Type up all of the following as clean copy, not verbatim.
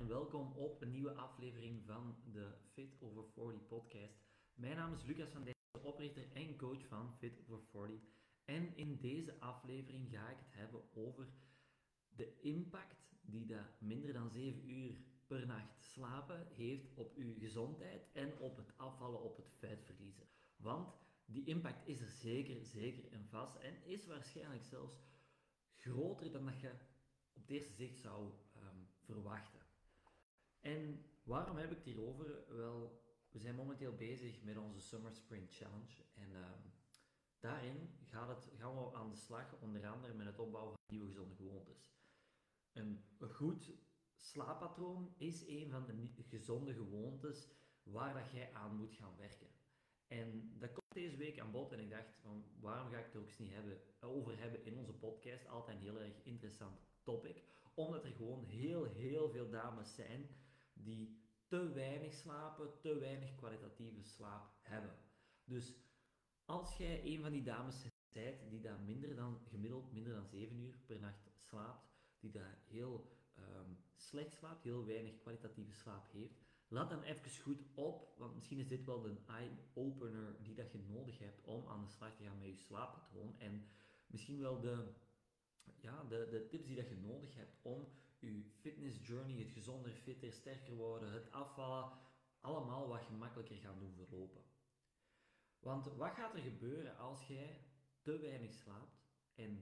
en welkom op een nieuwe aflevering van de Fit Over 40 podcast. Mijn naam is Lucas van Dijken, oprichter en coach van Fit Over 40. En in deze aflevering ga ik het hebben over de impact die dat minder dan 7 uur per nacht slapen heeft op uw gezondheid en op het afvallen, op het vetverliezen. Want die impact is er zeker en vast en is waarschijnlijk zelfs groter dan dat je op het eerste zicht zou verwachten. En waarom heb ik het hierover? Wel, we zijn momenteel bezig met onze Summer Sprint Challenge. En daarin gaan we aan de slag, onder andere met het opbouwen van nieuwe gezonde gewoontes. Een goed slaappatroon is een van de gezonde gewoontes waar dat jij aan moet gaan werken. En dat komt deze week aan bod en ik dacht, van, waarom ga ik het er ook eens niet over hebben in onze podcast? Altijd een heel erg interessant topic. Omdat er gewoon heel veel dames zijn die te weinig slapen, te weinig kwalitatieve slaap hebben. Dus als jij een van die dames bent die dat gemiddeld minder dan 7 uur per nacht slaapt, die dat heel slecht slaapt, heel weinig kwalitatieve slaap heeft, laat dan even goed op, want misschien is dit wel de eye-opener die dat je nodig hebt om aan de slag te gaan met je slaappatroon. En misschien wel de tips die dat je nodig hebt om je fitness journey, het gezonder, fitter, sterker worden, het afvallen, allemaal wat gemakkelijker gaan doen verlopen. Want wat gaat er gebeuren als jij te weinig slaapt? En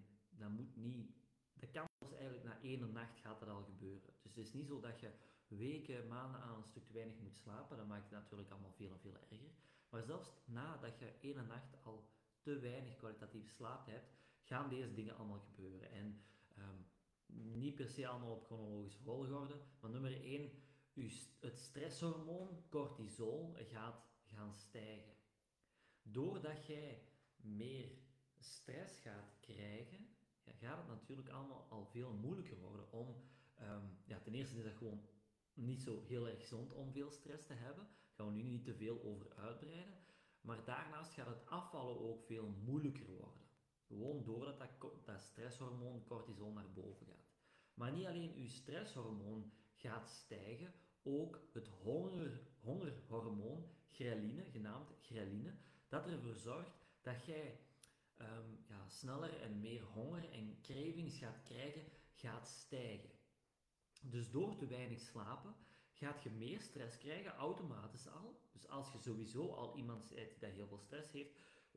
dat kan zelfs eigenlijk na 1 nacht gaat dat al gebeuren. Dus het is niet zo dat je weken, maanden aan een stuk te weinig moet slapen. Dat maakt het natuurlijk allemaal veel erger. Maar zelfs nadat je 1 nacht al te weinig kwalitatieve slaap hebt, gaan deze dingen allemaal gebeuren. En niet per se allemaal op chronologische volgorde, maar nummer 1, het stresshormoon cortisol gaat gaan stijgen. Doordat jij meer stress gaat krijgen, gaat het natuurlijk allemaal al veel moeilijker worden om, ten eerste is dat gewoon niet zo heel erg gezond om veel stress te hebben. Daar gaan we nu niet te veel over uitbreiden. Maar daarnaast gaat het afvallen ook veel moeilijker worden. Gewoon doordat dat stresshormoon cortisol naar boven gaat. Maar niet alleen uw stresshormoon gaat stijgen, ook het hongerhormoon, ghreline, genaamd ghreline, dat ervoor zorgt dat jij sneller en meer honger en cravings gaat krijgen, gaat stijgen. Dus door te weinig slapen gaat je meer stress krijgen, automatisch al. Dus als je sowieso al iemand bent die heel veel stress heeft,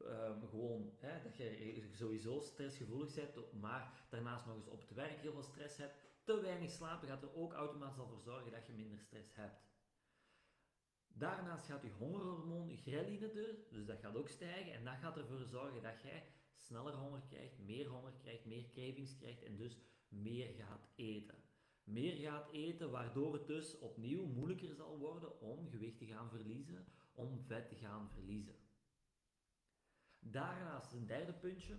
dat je sowieso stressgevoelig bent, maar daarnaast nog eens op het werk heel veel stress hebt, te weinig slapen gaat er ook automatisch al voor zorgen dat je minder stress hebt. Daarnaast gaat je hongerhormoon ghreline dus dat gaat ook stijgen en dat gaat ervoor zorgen dat jij sneller honger krijgt, meer cravings krijgt en dus meer gaat eten. Meer gaat eten, waardoor het dus opnieuw moeilijker zal worden om gewicht te gaan verliezen, om vet te gaan verliezen. Daarnaast een derde puntje.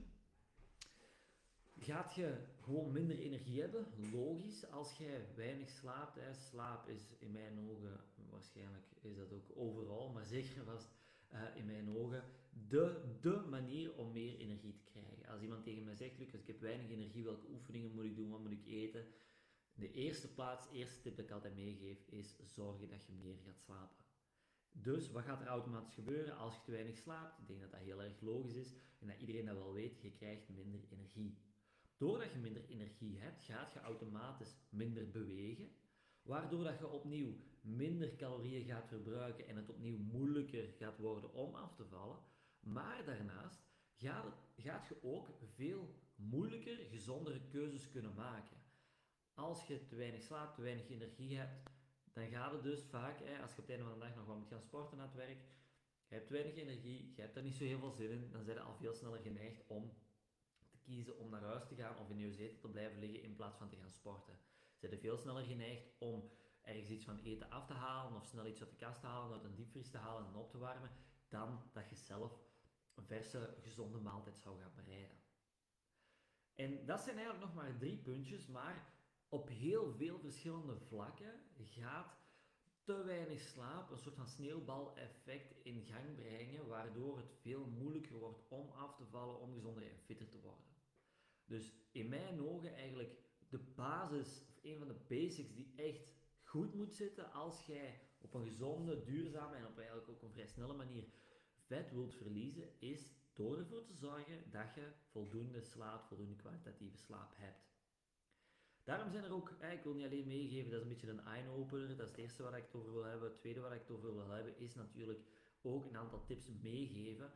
Gaat je gewoon minder energie hebben? Logisch, als jij weinig slaapt. Slaap is in mijn ogen, waarschijnlijk is dat ook overal, maar zeker vast in mijn ogen, de manier om meer energie te krijgen. Als iemand tegen mij zegt, Lucas, ik heb weinig energie, welke oefeningen moet ik doen, wat moet ik eten? De eerste tip dat ik altijd meegeef, is zorgen dat je meer gaat slapen. Dus wat gaat er automatisch gebeuren als je te weinig slaapt? Ik denk dat dat heel erg logisch is en dat iedereen dat wel weet, je krijgt minder energie. Doordat je minder energie hebt, gaat je automatisch minder bewegen, waardoor dat je opnieuw minder calorieën gaat verbruiken en het opnieuw moeilijker gaat worden om af te vallen. Maar daarnaast gaat je ook veel moeilijker gezondere keuzes kunnen maken. Als je te weinig slaapt, te weinig energie hebt, dan gaat het dus vaak, als je op het einde van de dag nog wat moet gaan sporten na het werk, je hebt weinig energie, je hebt daar niet zo heel veel zin in, dan ben je al veel sneller geneigd om te kiezen om naar huis te gaan of in je zetel te blijven liggen in plaats van te gaan sporten. Zijn er veel sneller geneigd om ergens iets van eten af te halen of snel iets uit de kast te halen, uit een diepvries te halen en op te warmen, dan dat je zelf een verse, gezonde maaltijd zou gaan bereiden. En dat zijn eigenlijk nog maar 3 puntjes, maar op heel veel verschillende vlakken gaat te weinig slaap een soort van sneeuwbaleffect in gang brengen, waardoor het veel moeilijker wordt om af te vallen, om gezonder en fitter te worden. Dus in mijn ogen eigenlijk de basis, of een van de basics die echt goed moet zitten als jij op een gezonde, duurzame en op eigenlijk ook een vrij snelle manier vet wilt verliezen, is door ervoor te zorgen dat je voldoende slaap, voldoende kwalitatieve slaap hebt. Daarom zijn er ook, ik wil niet alleen meegeven, dat is een beetje een eye-opener, dat is het eerste waar ik het over wil hebben. Het tweede waar ik het over wil hebben, is natuurlijk ook een aantal tips meegeven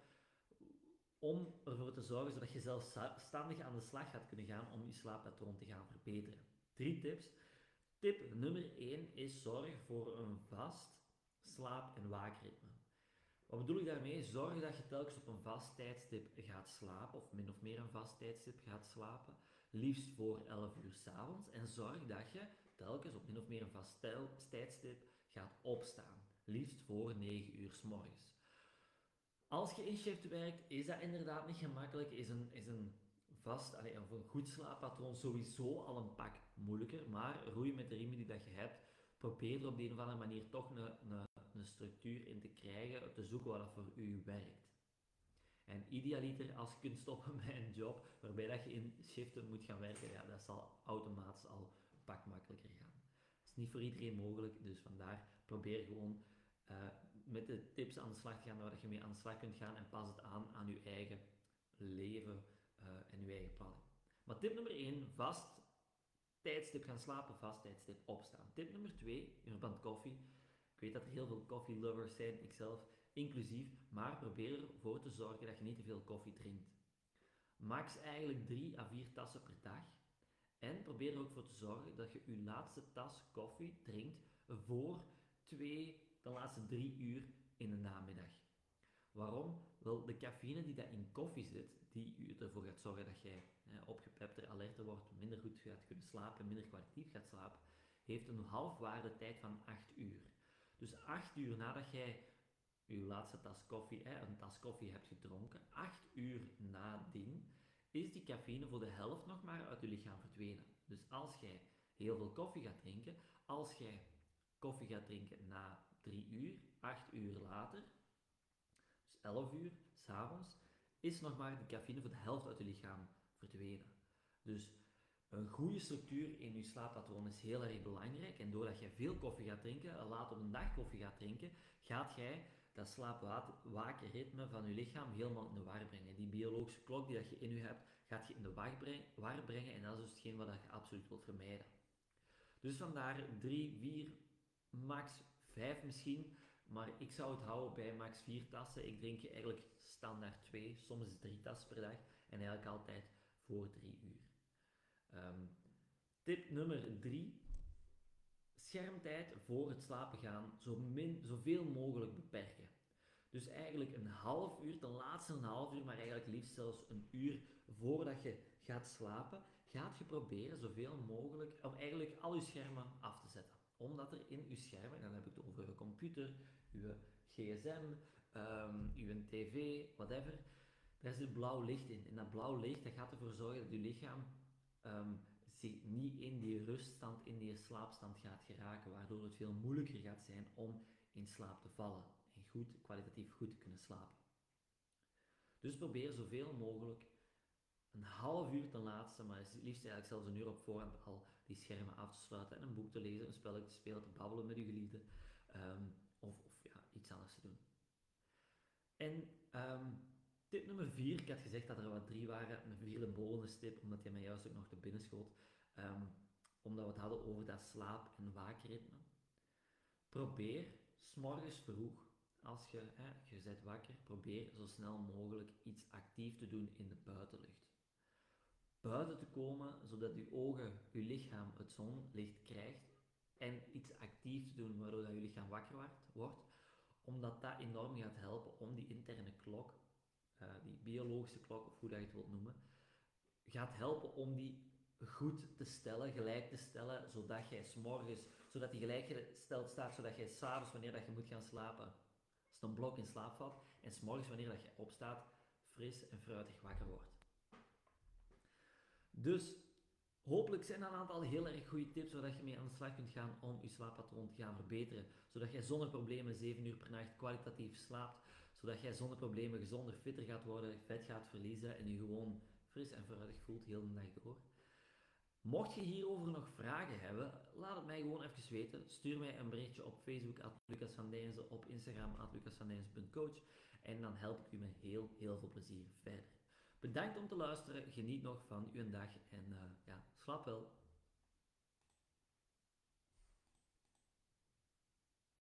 om ervoor te zorgen zodat je zelfstandig aan de slag gaat kunnen gaan om je slaappatroon te gaan verbeteren. 3 tips. Tip nummer 1 is zorg voor een vast slaap- en waakritme. Wat bedoel ik daarmee? Zorg dat je telkens op een vast tijdstip gaat slapen, of min of meer een vast tijdstip gaat slapen, liefst voor 11 uur 's avonds, en zorg dat je telkens op min of meer een vast tijdstip gaat opstaan, liefst voor 9 uur 's morgens. Als je in shift werkt, is dat inderdaad niet gemakkelijk, is een vast, of een goed slaappatroon sowieso al een pak moeilijker, maar roei met de riemen die dat je hebt, probeer er op de een of andere manier toch een structuur in te krijgen, te zoeken wat voor u werkt. En idealiter, als je kunt stoppen met een job waarbij dat je in shiften moet gaan werken, ja, dat zal automatisch al een pak makkelijker gaan. Dat is niet voor iedereen mogelijk, dus vandaar probeer gewoon met de tips aan de slag te gaan waar je mee aan de slag kunt gaan en pas het aan je eigen leven en je eigen plannen. Maar tip nummer 1, vast tijdstip gaan slapen, vast tijdstip opstaan. Tip nummer 2, in verband koffie. Ik weet dat er heel veel coffee lovers zijn, ikzelf inclusief, maar probeer ervoor te zorgen dat je niet te veel koffie drinkt. Max eigenlijk 3 à 4 tassen per dag. En probeer er ook voor te zorgen dat je je laatste tas koffie drinkt voor de laatste 3 uur in de namiddag. Waarom? Wel, de cafeïne die dat in koffie zit, die ervoor gaat zorgen dat jij opgepepter, alerter wordt, minder goed gaat kunnen slapen, minder kwalitatief gaat slapen, heeft een halfwaardetijd van 8 uur. Dus 8 uur nadat jij je laatste tas koffie, een tas koffie hebt gedronken, 8 uur nadien, is die cafeïne voor de helft nog maar uit je lichaam verdwenen. Dus als jij heel veel koffie gaat drinken, als jij koffie gaat drinken na 3 uur, 8 uur later, dus 11 uur, 's avonds, is nog maar de cafeïne voor de helft uit je lichaam verdwenen. Dus een goede structuur in je slaappatroon is heel erg belangrijk. En doordat je veel koffie gaat drinken, laat op een dag koffie gaat drinken, gaat jij dat slaap-wakenritme van je lichaam helemaal in de war brengen. Die biologische klok die dat je in je hebt, gaat je in de war brengen en dat is dus hetgeen wat je absoluut wilt vermijden. Dus vandaar 3, 4, max 5 misschien, maar ik zou het houden bij max 4 tassen. Ik drink eigenlijk standaard 2, soms 3 tassen per dag en eigenlijk altijd voor 3 uur. Tip nummer 3. Schermtijd voor het slapen gaan zoveel mogelijk beperken. Dus eigenlijk een half uur, ten laatste een half uur, maar eigenlijk liefst zelfs een uur voordat je gaat slapen, gaat je proberen zoveel mogelijk, om eigenlijk al je schermen af te zetten. Omdat er in je schermen, en dan heb ik het over je computer, je gsm, je tv, whatever, daar zit blauw licht in. En dat blauw licht dat gaat ervoor zorgen dat je lichaam zich niet in die ruststand, in die slaapstand gaat geraken, waardoor het veel moeilijker gaat zijn om in slaap te vallen en kwalitatief goed te kunnen slapen. Dus probeer zoveel mogelijk een half uur ten laatste, maar liefst eigenlijk zelfs een uur op voorhand al die schermen af te sluiten en een boek te lezen, een spelletje te spelen, te babbelen met je geliefde of iets anders te doen. En tip nummer 4, ik had gezegd dat er wat 3 waren, een vierde bonustip, omdat jij mij juist ook nog te binnen schoot, omdat we het hadden over dat slaap- en waakritme. Probeer 's morgens vroeg, als je bent wakker, probeer zo snel mogelijk iets actief te doen in de buitenlucht. Buiten te komen, zodat je ogen, je lichaam het zonlicht krijgt en iets actief te doen, waardoor dat je lichaam wakker wordt, omdat dat enorm gaat helpen om die interne klok, die biologische klok, of hoe dat je het wilt noemen, gaat helpen om die goed te stellen, gelijk te stellen, zodat jij 's morgens, zodat die gelijk gesteld staat, zodat jij 's avonds, wanneer dat je moet gaan slapen, als een blok in slaap valt, en 's morgens, wanneer dat je opstaat, fris en fruitig wakker wordt. Dus hopelijk zijn dat een aantal heel erg goede tips waar je mee aan de slag kunt gaan om je slaappatroon te gaan verbeteren, zodat jij zonder problemen 7 uur per nacht kwalitatief slaapt, zodat jij zonder problemen gezonder, fitter gaat worden, vet gaat verliezen en je gewoon fris en fruitig voelt heel de dag door. Mocht je hierover nog vragen hebben, laat het mij gewoon even weten. Stuur mij een berichtje op Facebook @lucasvandijnse, op Instagram @lucasvandijnse.coach en dan help ik u met heel veel plezier verder. Bedankt om te luisteren, geniet nog van uw dag en slaap wel.